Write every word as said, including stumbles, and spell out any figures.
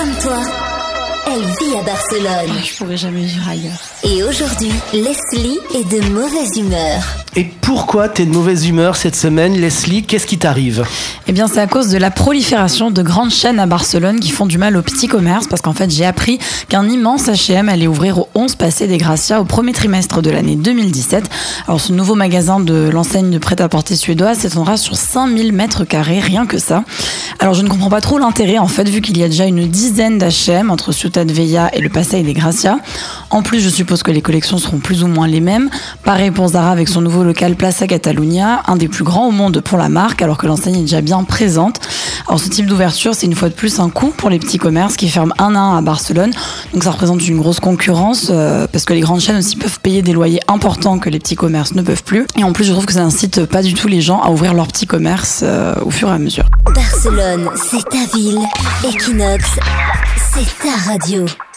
comme toi, elle vit à Barcelone. Oh, je pourrais jamais vivre ailleurs. Et aujourd'hui, Leslie est de mauvaise humeur. Et pourquoi t'es de mauvaise humeur cette semaine, Leslie? Qu'est-ce qui t'arrive? Eh bien, c'est à cause de la prolifération de grandes chaînes à Barcelone qui font du mal au petit commerce, parce qu'en fait, j'ai appris qu'un immense H et M allait ouvrir au onze Paseo de Gracia au premier trimestre de l'année deux mille dix-sept. Alors, ce nouveau magasin de l'enseigne de prêt-à-porter suédoise s'étendra sur cinq mille mètres carrés, rien que ça. Alors, je ne comprends pas trop l'intérêt, en fait, vu qu'il y a déjà une dizaine d'H et M entre Ciutat Vella et le Paseo de Gracia. En plus, je suppose que les collections seront plus ou moins les mêmes. Pareil pour Zara avec son nouveau local Plaça Catalunya, un des plus grands au monde pour la marque, alors que l'enseigne est déjà bien présente. Alors ce type d'ouverture, c'est une fois de plus un coût pour les petits commerces qui ferment un à un à Barcelone. Donc ça représente une grosse concurrence, euh, parce que les grandes chaînes aussi peuvent payer des loyers importants que les petits commerces ne peuvent plus. Et en plus, je trouve que ça incite pas du tout les gens à ouvrir leur petit commerce euh, au fur et à mesure. Barcelone, c'est ta ville. Equinox, c'est ta radio.